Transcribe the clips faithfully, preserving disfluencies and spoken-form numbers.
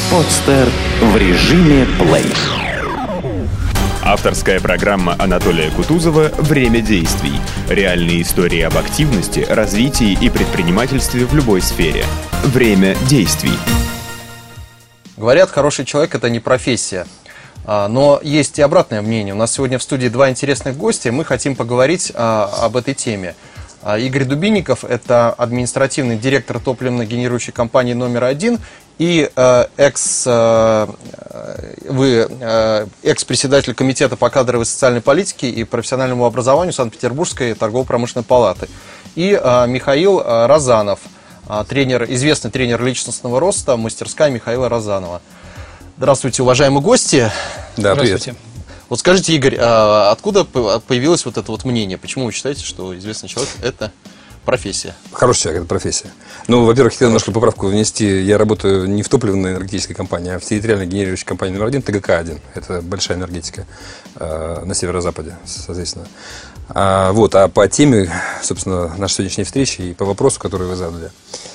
Подстер в режиме плей. Авторская программа Анатолия Кутузова «Время действий». Реальные истории об активности, развитии и предпринимательстве в любой сфере. Время действий. Говорят, хороший человек – это не профессия. Но есть и обратное мнение. У нас сегодня в студии два интересных гостя, и мы хотим поговорить об этой теме. Игорь Дубинников – это административный директор топливно-генерирующей компании номер один и э, экс, э, вы, э, экс-председатель комитета по кадровой и социальной политике и профессиональному образованию Санкт-Петербургской торгово-промышленной палаты. И э, Михаил Розанов, э, тренер, известный тренер личностного роста, мастерская Михаила Розанова. Здравствуйте, уважаемые гости. Да, привет. Вот скажите, Игорь, а откуда появилось вот это вот мнение? Почему вы считаете, что известный человек – это профессия? Хороший человек – это профессия. Ну, во-первых, хотел немножко поправку внести. Я работаю не в топливной энергетической компании, а в территориальной генерирующей компании номер один, Т Г К один. Это большая энергетика э, на северо-западе, соответственно. А, вот, а по теме, собственно, нашей сегодняшней встречи и по вопросу, который вы задали,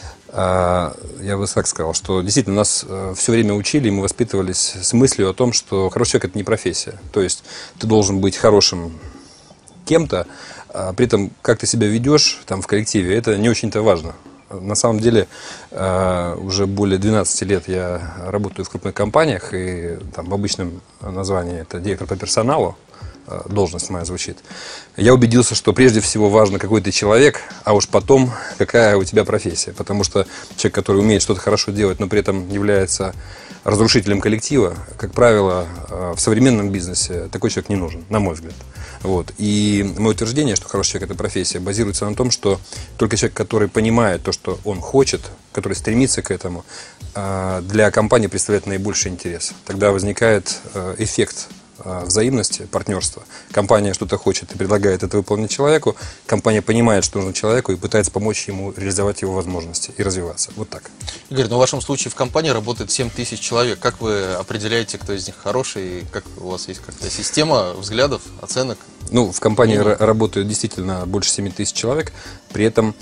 я бы так сказал, что действительно нас все время учили, и мы воспитывались с мыслью о том, что хороший человек – это не профессия. То есть ты должен быть хорошим кем-то, а при этом как ты себя ведешь там, в коллективе, это не очень-то важно. На самом деле уже более двенадцати лет я работаю в крупных компаниях, и там в обычном названии это директор по персоналу. Должность моя звучит. Я убедился, что прежде всего важно, какой ты человек, а уж потом, какая у тебя профессия. Потому что человек, который умеет что-то хорошо делать, но при этом является разрушителем коллектива, как правило, в современном бизнесе такой человек не нужен, на мой взгляд. Вот. И мое утверждение, что хороший человек – это профессия, базируется на том, что только человек, который понимает то, что он хочет, который стремится к этому, для компании представляет наибольший интерес. Тогда возникает эффект взаимности, партнерства. Компания что-то хочет и предлагает это выполнить человеку. Компания понимает, что нужно человеку, и пытается помочь ему реализовать его возможности и развиваться. Вот так. Игорь, ну в вашем случае в компании работает семь тысяч человек. Как вы определяете, кто из них хороший? Как у вас есть какая-то система взглядов, оценок? Ну, в компании mm-hmm. работают действительно больше семи тысяч человек. При этом,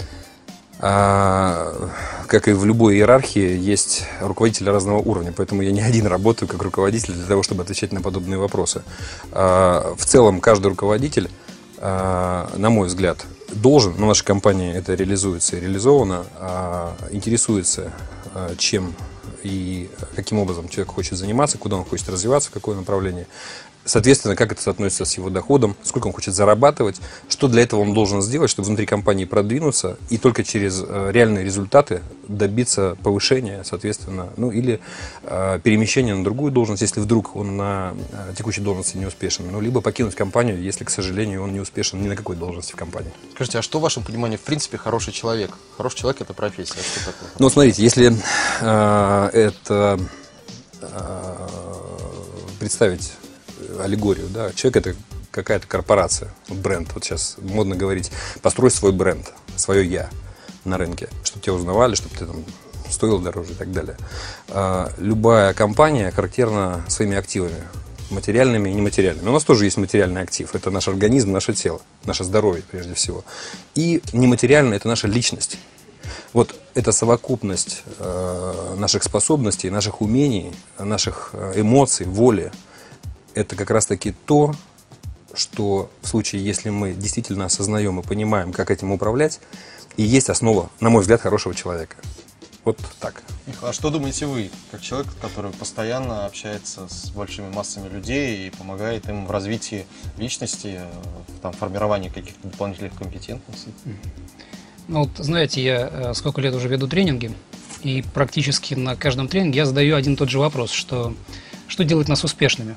А, как и в любой иерархии, есть руководители разного уровня, поэтому я не один работаю как руководитель для того, чтобы отвечать на подобные вопросы. А, в целом, каждый руководитель, а, на мой взгляд, должен, но в нашей компании это реализуется и реализовано, а, интересуется, а, чем и каким образом человек хочет заниматься, куда он хочет развиваться, в какое направление. Соответственно, как это соотносится с его доходом, сколько он хочет зарабатывать, что для этого он должен сделать, чтобы внутри компании продвинуться и только через э, реальные результаты добиться повышения, соответственно, ну или э, перемещения на другую должность, если вдруг он на э, текущей должности не успешен, ну либо покинуть компанию, если, к сожалению, он не успешен ни на какой должности в компании. Скажите, а что в вашем понимании, в принципе, хороший человек? Хороший человек – это профессия, а что такое? Ну, смотрите, если э, это э, представить аллегорию, да, человек это какая-то корпорация, бренд, вот сейчас модно говорить, построй свой бренд, свое я на рынке, чтобы тебя узнавали, чтобы ты там стоил дороже и так далее. А, любая компания характерна своими активами, материальными и нематериальными. У нас тоже есть материальный актив, это наш организм, наше тело, наше здоровье прежде всего. И нематериальное – это наша личность. Вот эта совокупность э, наших способностей, наших умений, наших эмоций, воли, это как раз-таки то, что в случае, если мы действительно осознаем и понимаем, как этим управлять, и есть основа, на мой взгляд, хорошего человека. Вот так. А что думаете вы, как человек, который постоянно общается с большими массами людей и помогает им в развитии личности, в там, формировании каких-то дополнительных компетентностей? Ну, вот, знаете, я сколько лет уже веду тренинги, и практически на каждом тренинге я задаю один и тот же вопрос, что, что делает нас успешными.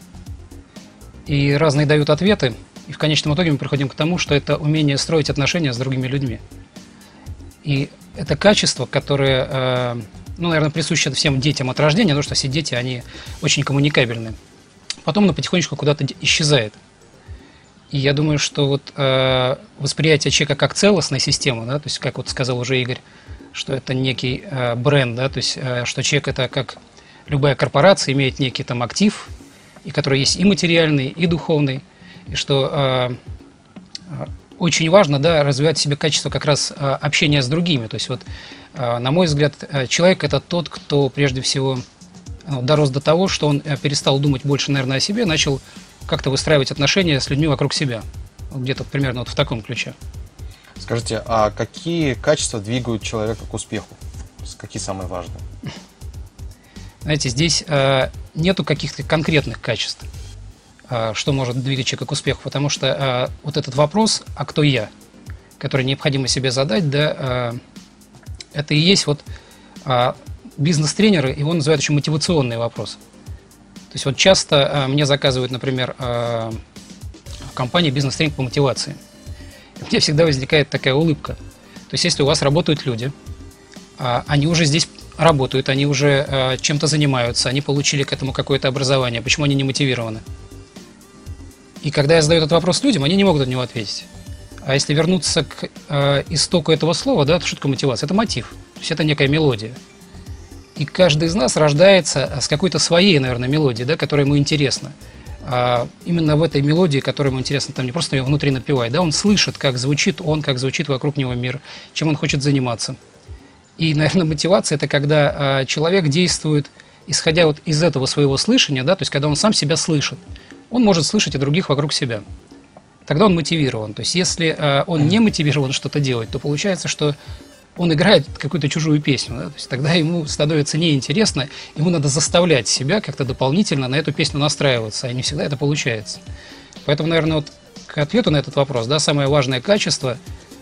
И разные дают ответы, и в конечном итоге мы приходим к тому, что это умение строить отношения с другими людьми. И это качество, которое, ну, наверное, присуще всем детям от рождения, потому что все дети, они очень коммуникабельны. Потом оно потихонечку куда-то исчезает. И я думаю, что вот э, восприятие человека как целостной системы, да, то есть, как вот сказал уже Игорь, что это некий э, бренд, да, то есть, э, что человек это как любая корпорация имеет некий там актив, и который есть и материальный, и духовный, и что э, очень важно, да, развивать в себе качество как раз э, общения с другими. То есть вот, э, на мой взгляд, э, человек это тот, кто прежде всего ну, дорос до того, что он перестал думать больше, наверное, о себе, начал как-то выстраивать отношения с людьми вокруг себя. Вот где-то примерно вот в таком ключе. Скажите, а какие качества двигают человека к успеху? Какие самые важные? Знаете, здесь э, нету каких-то конкретных качеств, э, что может двигать человека к успеху, потому что э, вот этот вопрос «а кто я?», который необходимо себе задать, да, э, это и есть вот э, бизнес-тренеры, его называют еще мотивационный вопрос. То есть вот часто э, мне заказывают, например, э, в компании бизнес-тренинг по мотивации. И у меня всегда возникает такая улыбка. То есть если у вас работают люди, э, они уже здесь работают, они уже э, чем-то занимаются, они получили к этому какое-то образование. Почему они не мотивированы? И когда я задаю этот вопрос людям, они не могут на него ответить. А если вернуться к э, истоку этого слова, да, то что такое мотивация? Это мотив. То есть это некая мелодия. И каждый из нас рождается с какой-то своей, наверное, мелодией, да, которая ему интересна. А именно в этой мелодии, которая ему интересна, там не просто ее внутри напевать, да, он слышит, как звучит он, как звучит вокруг него мир, чем он хочет заниматься. И, наверное, мотивация – это когда э, человек действует, исходя вот из этого своего слышания, да, то есть когда он сам себя слышит, он может слышать и других вокруг себя. Тогда он мотивирован. То есть если э, он не мотивирован что-то делать, то получается, что он играет какую-то чужую песню. Да? То есть тогда ему становится неинтересно, ему надо заставлять себя как-то дополнительно на эту песню настраиваться, и не всегда это получается. Поэтому, наверное, вот к ответу на этот вопрос, да, самое важное качество,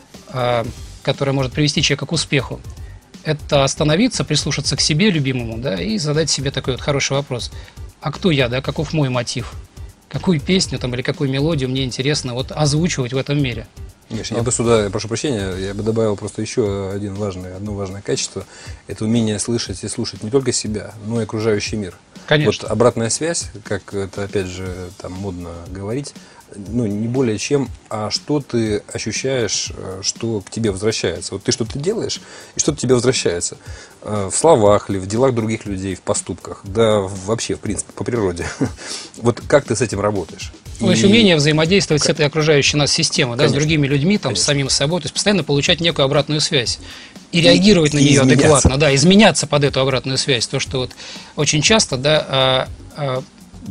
э, которое может привести человека к успеху, это остановиться, прислушаться к себе любимому, да, и задать себе такой вот хороший вопрос. А кто я, да, каков мой мотив? Какую песню там, или какую мелодию мне интересно вот озвучивать в этом мире? Миша, я бы сюда, прошу прощения, я бы добавил просто еще один важный, одно важное качество. Это умение слышать и слушать не только себя, но и окружающий мир. Конечно. Вот обратная связь, как это опять же там модно говорить, ну, не более чем, а что ты ощущаешь, что к тебе возвращается. Вот ты что-то делаешь, и что-то тебе возвращается. В словах ли, в делах других людей, в поступках, да вообще, в принципе, по природе. Вот как ты с этим работаешь? Ну, то есть И... умение взаимодействовать как... с этой окружающей нас системой, да, с другими людьми, там, с самим собой, то есть постоянно получать некую обратную связь. И, и реагировать на и нее изменяться. адекватно, да, изменяться под эту обратную связь. То, что вот очень часто, да, а, а,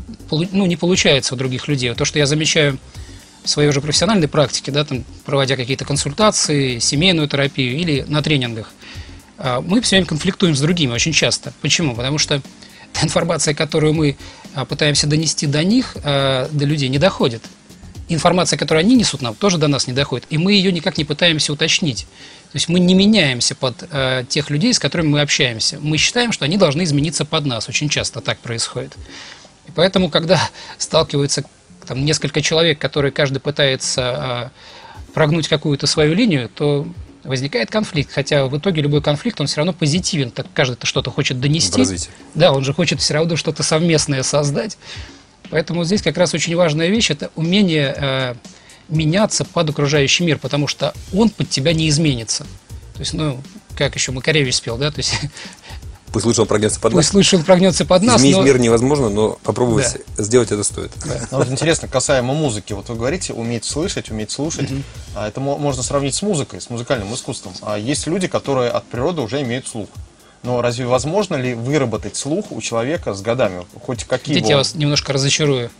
ну, не получается у других людей. То, что я замечаю в своей уже профессиональной практике, да, там, проводя какие-то консультации, семейную терапию или на тренингах, а, мы все время конфликтуем с другими очень часто. Почему? Потому что та информация, которую мы а, пытаемся донести до них, а, до людей, не доходит. Информация, которую они несут нам, тоже до нас не доходит. И мы ее никак не пытаемся уточнить. То есть мы не меняемся под э, тех людей, с которыми мы общаемся. Мы считаем, что они должны измениться под нас. Очень часто так происходит. И поэтому, когда сталкиваются там, несколько человек, которые каждый пытается э, прогнуть какую-то свою линию, то возникает конфликт. Хотя в итоге любой конфликт, он все равно позитивен. Так каждый что-то хочет донести. Да, он же хочет все равно что-то совместное создать. Поэтому здесь как раз очень важная вещь – это умение э, меняться под окружающий мир, потому что он под тебя не изменится. То есть, ну, как еще Макаревич спел, да, то есть… Пусть лучше он прогнется под нас. Пусть лучше он прогнется под нас, Изменить но... мир невозможно, но попробовать да. сделать это стоит. Да. Ну, вот интересно, касаемо музыки, вот вы говорите, уметь слышать, уметь слушать, mm-hmm. а это можно сравнить с музыкой, с музыкальным искусством. А есть люди, которые от природы уже имеют слух. Но разве возможно ли выработать слух у человека с годами? Хоть какие Видите, я вас немножко разочарую.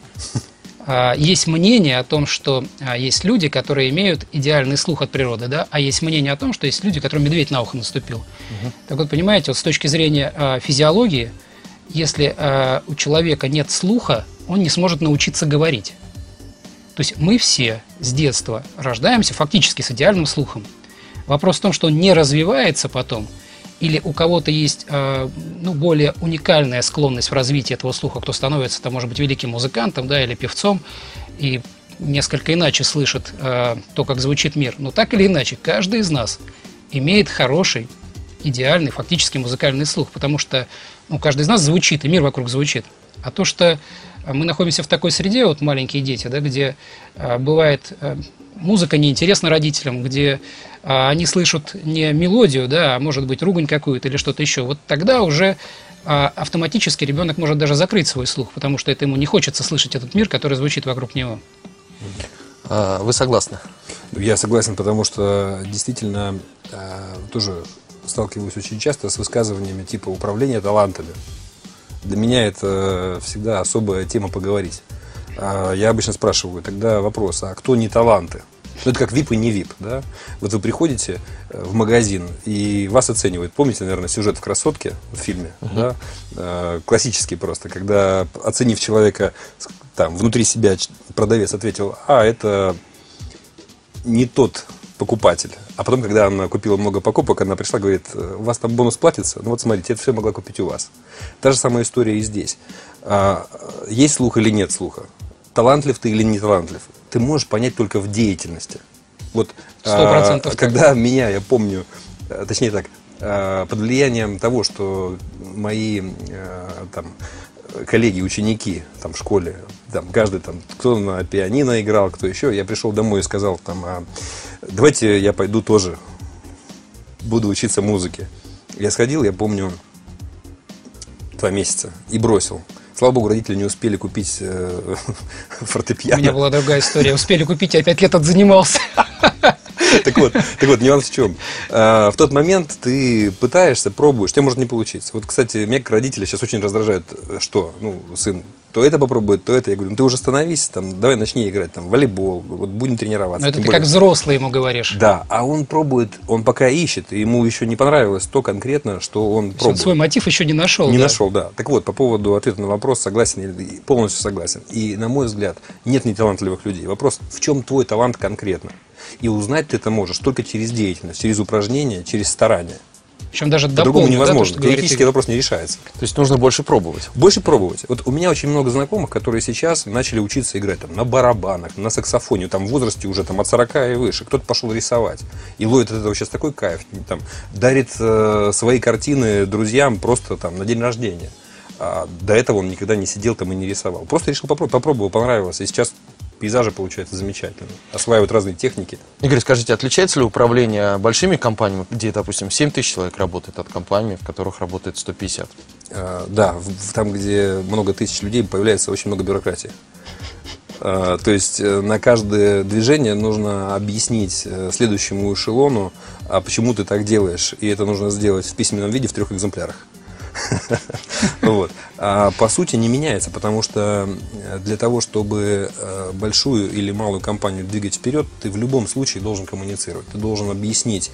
Есть мнение о том, что есть люди, которые имеют идеальный слух от природы, да, а есть мнение о том, что есть люди, которым медведь на ухо наступил. Угу. Так вот, понимаете, вот с точки зрения физиологии, если у человека нет слуха, он не сможет научиться говорить. То есть мы все с детства рождаемся фактически с идеальным слухом. Вопрос в том, что он не развивается потом, или у кого-то есть э, ну, более уникальная склонность в развитии этого слуха, кто становится, там, может быть, великим музыкантом, да, или певцом, и несколько иначе слышит э, то, как звучит мир. Но так или иначе, каждый из нас имеет хороший, идеальный, фактически музыкальный слух, потому что ну, каждый из нас звучит, и мир вокруг звучит. А то, что мы находимся в такой среде, вот маленькие дети, да, где э, бывает э, музыка неинтересна родителям, где э, они слышат не мелодию, да, а может быть ругань какую-то или что-то еще, вот тогда уже э, автоматически ребенок может даже закрыть свой слух, потому что это ему не хочется слышать этот мир, который звучит вокруг него. А, вы согласны? Я согласен, потому что действительно э, тоже сталкиваюсь очень часто с высказываниями типа управления талантами. Для меня это всегда особая тема поговорить. Я обычно спрашиваю, тогда вопрос, а кто не таланты? Ну, это как вип и не вип, да? Вот вы приходите в магазин, и вас оценивают. Помните, наверное, сюжет в «Красотке» в фильме, uh-huh. да? Классический просто, когда, оценив человека, там, внутри себя продавец ответил, а, это не тот покупатель. А потом, когда она купила много покупок, она пришла, говорит, у вас там бонус платится? Ну вот смотрите, это все могла купить у вас. Та же самая история и здесь. Есть слух или нет слуха? Талантлив ты или не талантлив? Ты можешь понять только в деятельности. Вот, сто процентов. Когда меня, я помню, точнее так, под влиянием того, что мои там, коллеги, ученики там, в школе, там, каждый, там, кто на пианино играл, кто еще, я пришел домой и сказал, там, а, давайте я пойду тоже, буду учиться музыке. Я сходил, я помню, два месяца и бросил. Слава богу, родители не успели купить э, фортепиано. У меня была другая история. Успели купить, я пять лет отзанимался. Так вот, так вот, нюанс в чем? А, в тот момент ты пытаешься, пробуешь, тебе может не получиться. Вот, кстати, меня как родители сейчас очень раздражают, что, ну, сын то это попробует, то это. Я говорю, ну ты уже становись, там, давай начни играть там, в волейбол, вот будем тренироваться. Но это ты более. Как взрослый ему говоришь. Да, а он пробует, он пока ищет, и ему еще не понравилось то конкретно, что он пробует. Он свой мотив еще не нашел. Не да? нашел, да. Так вот, по поводу ответа на вопрос, согласен или полностью согласен. И, на мой взгляд, нет неталантливых людей. Вопрос, в чем твой талант конкретно? И узнать ты это можешь только через деятельность, через упражнения, через старания. Причем даже по-другому дополню, невозможно. Да, Теоретически говорит... вопрос не решается. То есть нужно больше пробовать. Больше пробовать. Вот у меня очень много знакомых, которые сейчас начали учиться играть там, на барабанах, на саксофоне, там, в возрасте уже там, от сорока и выше. Кто-то пошел рисовать. И ловит от этого сейчас такой кайф. Там, дарит э, свои картины друзьям просто там, на день рождения. А до этого он никогда не сидел там и не рисовал. Просто решил попробовать, попробовал, понравилось. И сейчас пейзажи получаются замечательно. Осваивают разные техники. Игорь, скажите, отличается ли управление большими компаниями, где, допустим, семь тысяч человек работает, от компаний, в которых работает сто пятьдесят? А, да, в, там, где много тысяч людей, появляется очень много бюрократии. А, то есть на каждое движение нужно объяснить следующему эшелону, а почему ты так делаешь. И это нужно сделать в письменном виде в трех экземплярах. Вот. А по сути не меняется, потому что для того, чтобы большую или малую компанию двигать вперед, ты в любом случае должен коммуницировать. Ты должен объяснить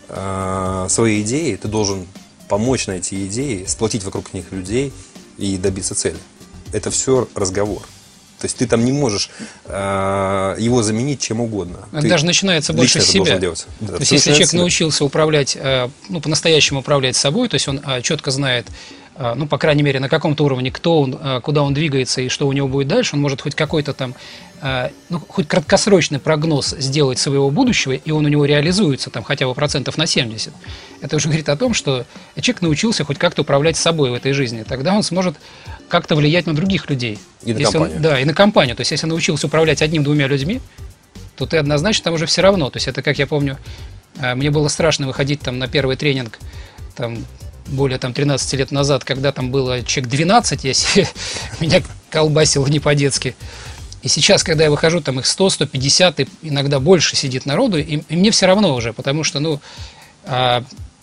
свои идеи, ты должен помочь найти идеи, сплотить вокруг них людей и добиться цели. Это все разговор. То есть ты там не можешь э, его заменить чем угодно. Это ты даже начинается больше с себя. делать. Да, то есть если человек научился управлять, э, ну, по-настоящему управлять собой, то есть он э, четко знает, э, ну, по крайней мере, на каком-то уровне, кто он, э, куда он двигается и что у него будет дальше, он может хоть какой-то там, э, ну, хоть краткосрочный прогноз сделать своего будущего, и он у него реализуется там хотя бы процентов на семьдесят. Это уже говорит о том, что человек научился хоть как-то управлять собой в этой жизни. Тогда он сможет как-то влиять на других людей. И на если компанию. Он, да, и на компанию. То есть, если научился управлять одним-двумя людьми, то ты однозначно там уже все равно. То есть, это, как я помню, мне было страшно выходить там на первый тренинг там, более там, тринадцати лет назад, когда там было человек двенадцать, я себе, меня колбасило не по-детски. И сейчас, когда я выхожу, там их сто, сто пятьдесят, и иногда больше сидит народу, и, и мне все равно уже, потому что, ну, а,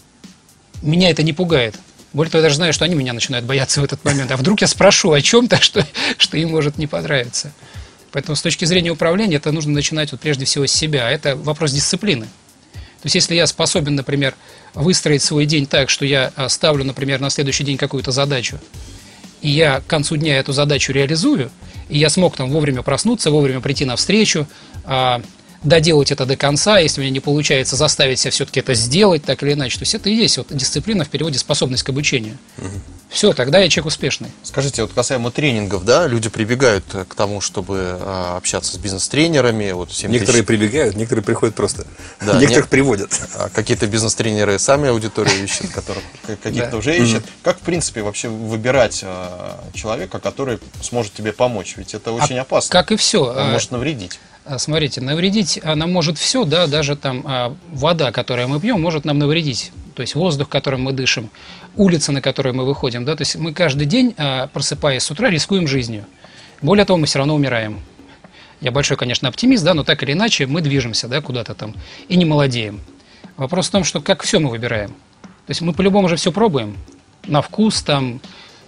меня это не пугает. Более того, я даже знаю, что они меня начинают бояться в этот момент. А вдруг я спрошу о чем-то, что, что им может не понравиться. Поэтому с точки зрения управления это нужно начинать вот прежде всего с себя. Это вопрос дисциплины. То есть если я способен, например, выстроить свой день так, что я ставлю, например, на следующий день какую-то задачу, и я к концу дня эту задачу реализую, и я смог там вовремя проснуться, вовремя прийти на встречу, доделать это до конца, если у меня не получается заставить себя все-таки это сделать, так или иначе. То есть это и есть вот дисциплина, в переводе способность к обучению. Угу. Все, тогда я человек успешный. Скажите, вот касаемо тренингов, да, люди прибегают к тому, чтобы а, общаться с бизнес-тренерами. Вот некоторые тысяч... прибегают, некоторые приходят просто. Да, некоторых не... приводят. А какие-то бизнес-тренеры сами аудиторию ищут, которых каких-то уже ищут. Как, в принципе, вообще выбирать человека, который сможет тебе помочь? Ведь это очень опасно. Как и все. Он может навредить. Смотрите, навредить нам может все, да, даже там а, вода, которую мы пьем, может нам навредить. То есть воздух, которым мы дышим, улица, на которую мы выходим, да, то есть мы каждый день, а, просыпаясь с утра, рискуем жизнью. Более того, мы все равно умираем. Я большой, конечно, оптимист, да, но так или иначе мы движемся, да, куда-то там и не молодеем. Вопрос в том, что как все мы выбираем. То есть мы по-любому же все пробуем на вкус, там,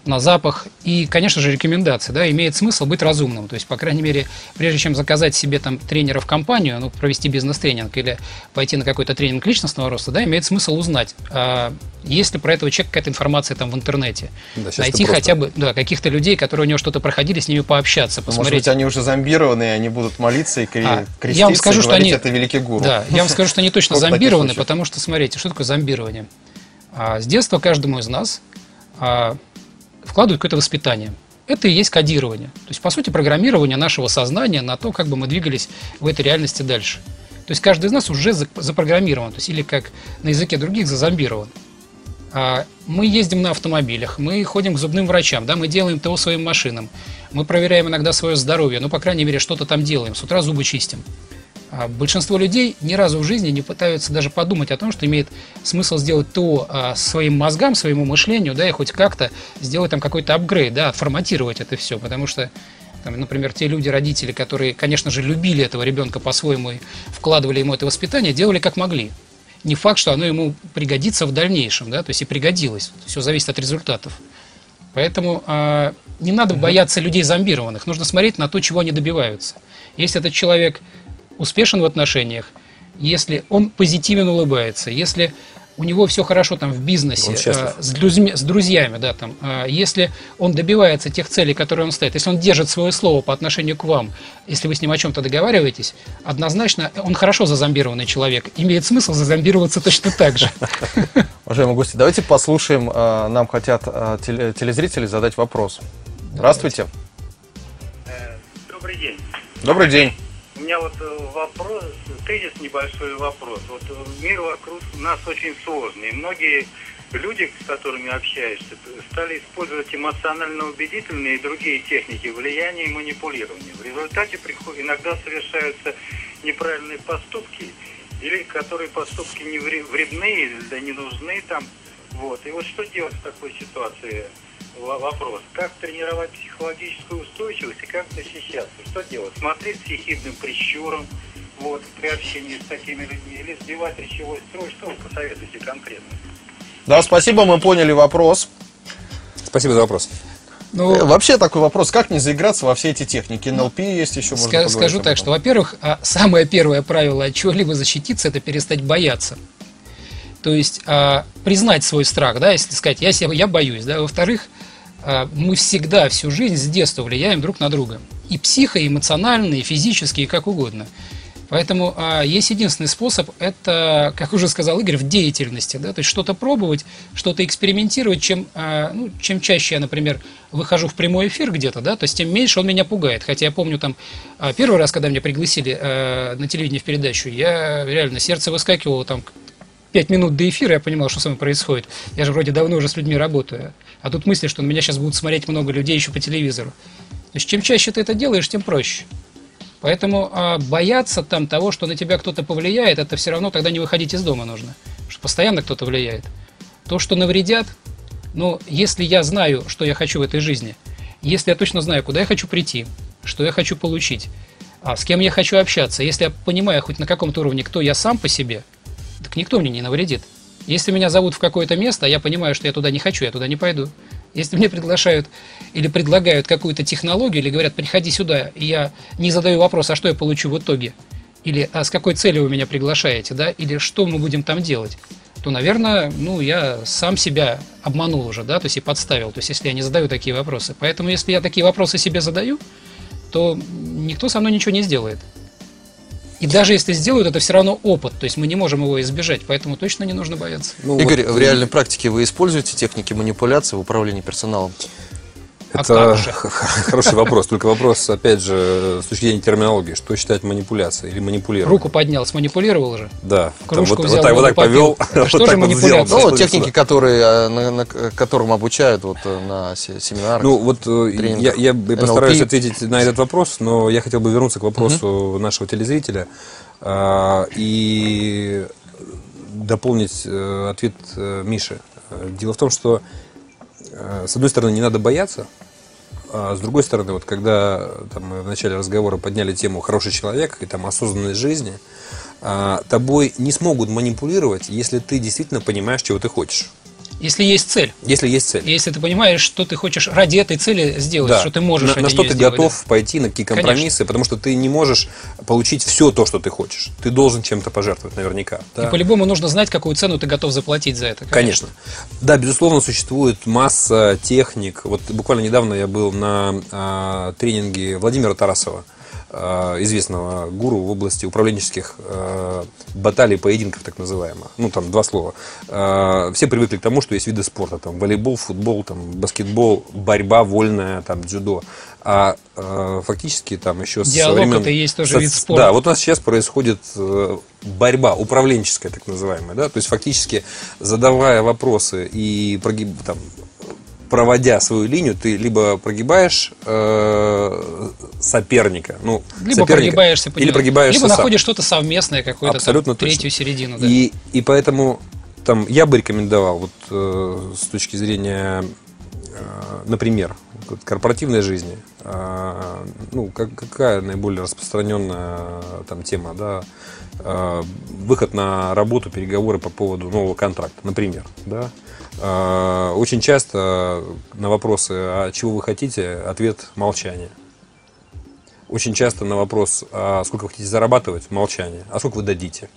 на запах и, конечно же, рекомендации, да, имеет смысл быть разумным. То есть, по крайней мере, прежде чем заказать себе там тренера в компанию, ну, провести бизнес-тренинг или пойти на какой-то тренинг личностного роста, да, имеет смысл узнать, а есть ли про этого человека какая-то информация там в интернете. Да, найти хотя бы да, каких-то людей, которые у него что-то проходили, с ними пообщаться, посмотреть. Может быть, они уже зомбированы, и они будут молиться и креститься, а, я вам скажу, и говорить, что они, это великий гуру. Да, я вам скажу, что они точно зомбированы, потому что, смотрите, что такое зомбирование? А, с детства каждому из нас а, вкладывают какое-то воспитание. Это и есть кодирование. То есть, по сути, программирование нашего сознания на то, как бы мы двигались в этой реальности дальше. То есть, каждый из нас уже запрограммирован, то есть, или как на языке других зазомбирован. А мы ездим на автомобилях, мы ходим к зубным врачам, да, мы делаем ТО своим машинам, мы проверяем иногда свое здоровье, ну, по крайней мере, что-то там делаем, с утра зубы чистим. А большинство людей ни разу в жизни не пытаются даже подумать о том, что имеет смысл сделать ТО а, своим мозгам, своему мышлению, да, и хоть как-то сделать там какой-то апгрейд, да, форматировать это все, потому что, там, например, те люди, родители, которые, конечно же, любили этого ребенка по-своему и вкладывали ему это воспитание, делали как могли. Не факт, что оно ему пригодится в дальнейшем, да, то есть и пригодилось. Все зависит от результатов. Поэтому э, не надо бояться людей зомбированных. Нужно смотреть на то, чего они добиваются. Если этот человек успешен в отношениях, если он позитивно улыбается, если у него все хорошо там в бизнесе, э, с, друзьями, с друзьями, да, там, э, если он добивается тех целей, которые он ставит, если он держит свое слово по отношению к вам, если вы с ним о чем-то договариваетесь, однозначно он хорошо зазомбированный человек. Имеет смысл зазомбироваться точно так же. Уважаемые гости, давайте послушаем. Нам хотят телезрители задать вопрос. Здравствуйте. Добрый день. Добрый день. У меня вот вопрос, тезис небольшой вопрос. Вот мир вокруг нас очень сложный. И многие люди, с которыми общаешься, стали использовать эмоционально-убедительные и другие техники влияния и манипулирования. В результате иногда совершаются неправильные поступки, или которые поступки не вредны, или не нужны там. Вот. И вот что делать в такой ситуации? Вопрос. Как тренировать психологическую устойчивость и как защищаться? Что делать? Смотреть с ехидным прищуром вот, при общении с такими людьми или сбивать речевой строй? Что вы посоветуете конкретно? Да, спасибо, мы поняли вопрос. Спасибо за вопрос. Ну, вообще такой вопрос, как не заиграться во все эти техники? эн эл пи есть еще, можно поговорить. Скажу так, что, во-первых, самое первое правило от чего-либо защититься – это перестать бояться. То есть а, признать свой страх, да, если сказать, я, себя, я боюсь, да, во-вторых, а, мы всегда всю жизнь с детства влияем друг на друга, и психо, и эмоционально, и физически, и как угодно. Поэтому а, есть единственный способ, это, как уже сказал Игорь, в деятельности, да, то есть что-то пробовать, что-то экспериментировать, чем, а, ну, чем чаще я, например, выхожу в прямой эфир где-то, да, то есть тем меньше он меня пугает, хотя я помню там а, первый раз, когда меня пригласили а, на телевидение в передачу, я реально, сердце выскакивало там, пять минут до эфира я понимал, что со мной происходит. Я же вроде давно уже с людьми работаю. А тут мысли, что на меня сейчас будут смотреть много людей еще по телевизору. То есть чем чаще ты это делаешь, тем проще. Поэтому а, бояться там того, что на тебя кто-то повлияет, это все равно тогда не выходить из дома нужно. Потому что постоянно кто-то влияет. То, что навредят, ну, если я знаю, что я хочу в этой жизни, если я точно знаю, куда я хочу прийти, что я хочу получить, а с кем я хочу общаться, если я понимаю хоть на каком-то уровне, кто я сам по себе, так никто мне не навредит. Если меня зовут в какое-то место, а я понимаю, что я туда не хочу, я туда не пойду. Если мне приглашают или предлагают какую-то технологию, или говорят, приходи сюда, и я не задаю вопрос, а что я получу в итоге, или а с какой целью вы меня приглашаете, да, или что мы будем там делать, то, наверное, ну, я сам себя обманул уже, да, то есть и подставил, то есть если я не задаю такие вопросы. Поэтому если я такие вопросы себе задаю, то никто со мной ничего не сделает. И даже если сделают, это все равно опыт, то есть мы не можем его избежать, поэтому точно не нужно бояться. Ну, Игорь, вот, в реальной практике вы используете техники манипуляции в управлении персоналом? Это а хороший вопрос, только вопрос, опять же, с точки зрения терминологии, что считать манипуляцией или манипулировать? Руку поднял, сманипулировал же? Да, кружку вот, взял, вот так, вот так повел. Это что же манипуляция? Ну, техники, которые, на, на, которым обучают вот, на семинарах. Ну, вот я, я постараюсь ответить на этот вопрос, но я хотел бы вернуться к вопросу uh-huh. нашего телезрителя а, и дополнить а, ответ а, Миши. Дело в том, что а, с одной стороны, не надо бояться, а с другой стороны, вот когда там, мы в начале разговора подняли тему «хороший человек» и там осознанность жизни, а, тобой не смогут манипулировать, если ты действительно понимаешь, чего ты хочешь. Если есть цель. Если есть цель. Если ты понимаешь, что ты хочешь ради этой цели сделать, Да. что ты можешь на, ради на что нее ты сделать, готов да. пойти, на какие компромиссы, Конечно. потому что ты не можешь получить все то, что ты хочешь. Ты должен чем-то пожертвовать наверняка. Да? И по-любому нужно знать, какую цену ты готов заплатить за это. Конечно. Да, безусловно, существует масса техник. Вот буквально недавно я был на а, тренинге Владимира Тарасова, а, известного гуру в области управленческих а, баталий, поединков, так называемых. Ну, там два слова. А, все привыкли к тому, что есть виды спорта. Там волейбол, футбол, там, баскетбол, борьба вольная, там, дзюдо. А э, фактически там еще Диалог со времен... это и есть тоже со... вид спорта. Да, вот у нас сейчас происходит э, борьба управленческая, так называемая, да, то есть фактически задавая вопросы и прогиб... там, проводя свою линию, ты либо прогибаешь э, соперника, ну, либо соперника, прогибаешься, или прогибаешься либо сам. находишь что-то совместное, какую-то Абсолютно там, третью точно. середину. Да. И, и поэтому там, я бы рекомендовал, вот, э, с точки зрения, э, например, вот, корпоративной жизни, э, ну, как, какая наиболее распространенная там, тема, да, э, выход на работу, переговоры по поводу нового контракта, например, да. Э, очень часто на вопросы, а чего вы хотите, ответ – молчание. Очень часто на вопрос, а сколько вы хотите зарабатывать, молчание, а сколько вы дадите.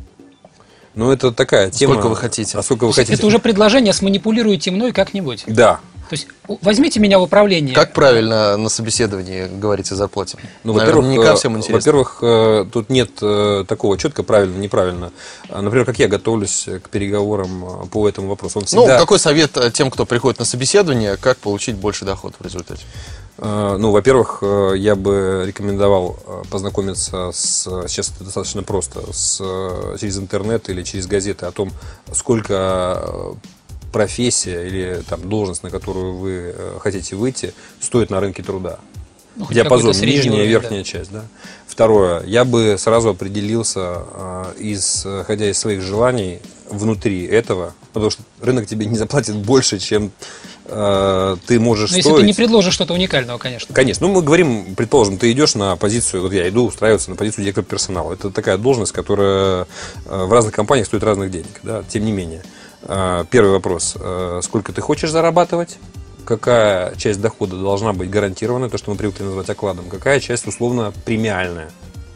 Ну, это такая тема. Сколько вы хотите? А сколько вы То есть хотите? это уже предложение, сманипулируйте мной как-нибудь. Да. То есть у- возьмите меня в управление. Как правильно на собеседовании говорить о зарплате? Ну, Наверное, во-первых, не ко э, всем интересно. во-первых, э, тут нет э, такого четко, правильно, неправильно. А, Например, как я готовлюсь к переговорам э, по этому вопросу. Он Ну, всегда, какой совет э, тем, кто приходит на собеседование, как получить больше доход в результате? э, ну, во-первых, э, я бы рекомендовал э, познакомиться с, сейчас это достаточно просто, с, э, через интернет или через газеты о том, сколько э, профессия или там, должность, на которую вы э, хотите выйти, стоит на рынке труда. Ну, хоть Диапазон, какой-то средний нижняя и уровень, верхняя да. часть. Да? Второе, я бы сразу определился, э, исходя из своих желаний, внутри этого, потому что рынок тебе не заплатит больше, чем э, ты можешь Но стоить. если ты не предложишь что-то уникального, конечно. Конечно. Ну, мы говорим, предположим, ты идешь на позицию, вот я иду устраиваться на позицию директора персонала. Это такая должность, которая э, в разных компаниях стоит разных денег. Да? Тем не менее. Э, Первый вопрос. Э, Сколько ты хочешь зарабатывать? Какая часть дохода должна быть гарантирована, то, что мы привыкли называть окладом? Какая часть условно премиальная?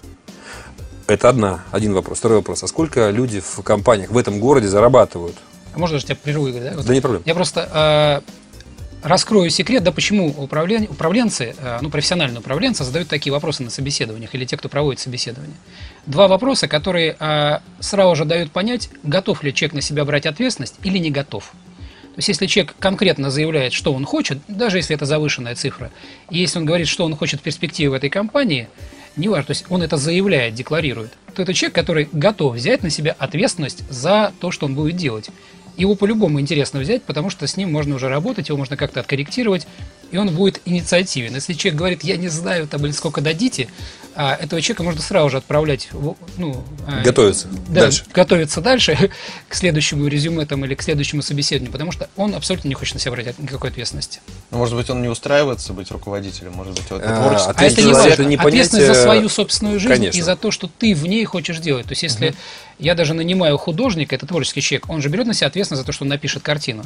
Это одна, один вопрос. Второй вопрос. А сколько люди в компаниях в этом городе зарабатывают? А можно же тебя прерву, Игорь, да? Вот Да не проблема. Я просто э, раскрою секрет, да, почему управлен... управленцы, э, ну, профессиональные управленцы задают такие вопросы на собеседованиях или те, кто проводит собеседование. Два вопроса, которые э, сразу же дают понять, готов ли человек на себя брать ответственность или не готов. То есть, если человек конкретно заявляет, что он хочет, даже если это завышенная цифра, и если он говорит, что он хочет в перспективе в этой компании, неважно, то есть он это заявляет, декларирует, то это человек, который готов взять на себя ответственность за то, что он будет делать. Его по-любому интересно взять, потому что с ним можно уже работать, его можно как-то откорректировать, и он будет инициативен. Если человек говорит, я не знаю, там, или сколько дадите, а этого человека можно сразу же отправлять, в, ну, Готовиться да, дальше. готовиться дальше к следующему резюме там, или к следующему собеседованию, потому что он абсолютно не хочет на себя брать никакой ответственности. Ну, может быть, он не устраивается быть руководителем, может быть, это А, творчество. А это не Ответственность важно. это не Ответственность за понятие- свою собственную жизнь Конечно. и за то, что ты в ней хочешь делать. То есть, если я даже нанимаю художника, это творческий человек, он же берет на себя ответственность за то, что он напишет картину.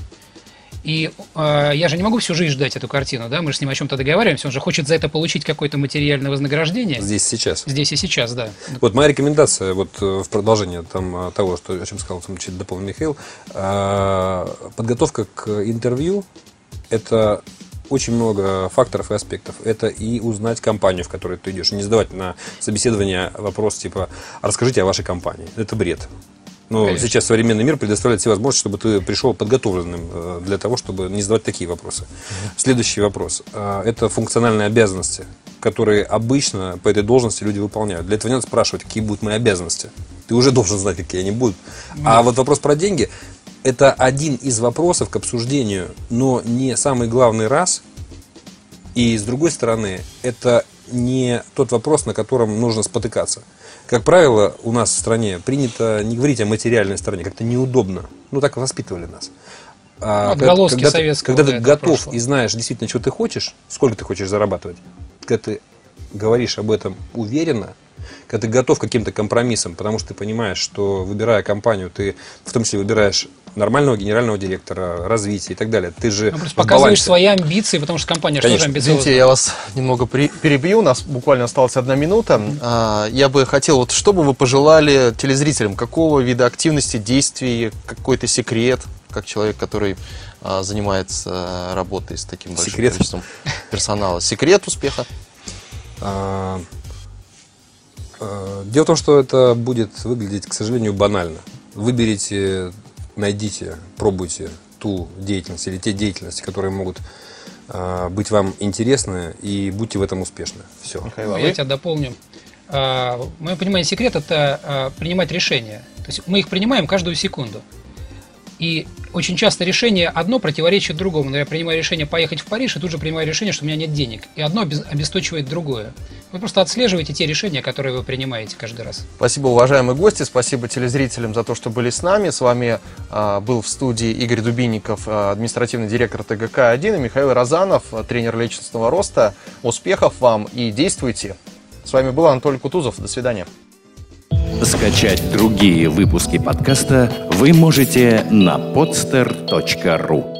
И э, я же не могу всю жизнь ждать эту картину, да, мы же с ним о чем-то договариваемся, он же хочет за это получить какое-то материальное вознаграждение. Здесь сейчас. Здесь и сейчас, да. Вот моя рекомендация, вот э, в продолжение там, того, что, о чем сказал, в том числе дополнил Михаил, э, подготовка к интервью – это очень много факторов и аспектов. Это и узнать компанию, в которой ты идешь, и не задавать на собеседование вопрос типа «А расскажите о вашей компании». Это бред. Но Конечно. сейчас современный мир предоставляет все возможности, чтобы ты пришел подготовленным э, для того, чтобы не задавать такие вопросы. Следующий вопрос. Э, Это функциональные обязанности, которые обычно по этой должности люди выполняют. Для этого не надо спрашивать, какие будут мои обязанности. Ты уже должен знать, какие они будут. А вот вопрос про деньги – это один из вопросов к обсуждению, но не самый главный раз. И с другой стороны, это не тот вопрос, на котором нужно спотыкаться. Как правило, у нас в стране принято не говорить о материальной стороне, как-то неудобно. Ну, так воспитывали нас. А Отголоски когда, ты- советского, когда да, ты это готов прошлое. и знаешь действительно, что ты хочешь, сколько ты хочешь зарабатывать, когда ты говоришь об этом уверенно, когда ты готов к каким-то компромиссам, потому что ты понимаешь, что выбирая компанию, ты в том числе выбираешь нормального генерального директора, развития и так далее. Ты же ну, просто показываешь свои амбиции, потому что компания же тоже амбициозная. Извините, я вас немного при, перебью, у нас буквально осталась одна минута. А, я бы хотел, вот, что бы вы пожелали телезрителям, какого вида активности, действий, какой-то секрет, как человек, который а, занимается работой с таким большим секрет. количеством персонала. Секрет успеха? А, а, дело в том, что это будет выглядеть, к сожалению, банально. Выберите, найдите, пробуйте ту деятельность или те деятельности, которые могут а, быть вам интересны, и будьте в этом успешны. Все. Михаил, я тебя дополню. А, мое понимание, секрет – это а, принимать решения. То есть мы их принимаем каждую секунду. И очень часто решение одно противоречит другому. Но я принимаю решение поехать в Париж, и тут же принимаю решение, что у меня нет денег. И одно обесточивает другое. Вы просто отслеживаете те решения, которые вы принимаете каждый раз. Спасибо, уважаемые гости. Спасибо телезрителям за то, что были с нами. С вами а, был в студии Игорь Дубинников, а, административный директор Т Г К один, и Михаил Розанов, тренер личностного роста. Успехов вам и действуйте. С вами был Анатолий Кутузов. До свидания. Скачать другие выпуски подкаста вы можете на podster точка ру.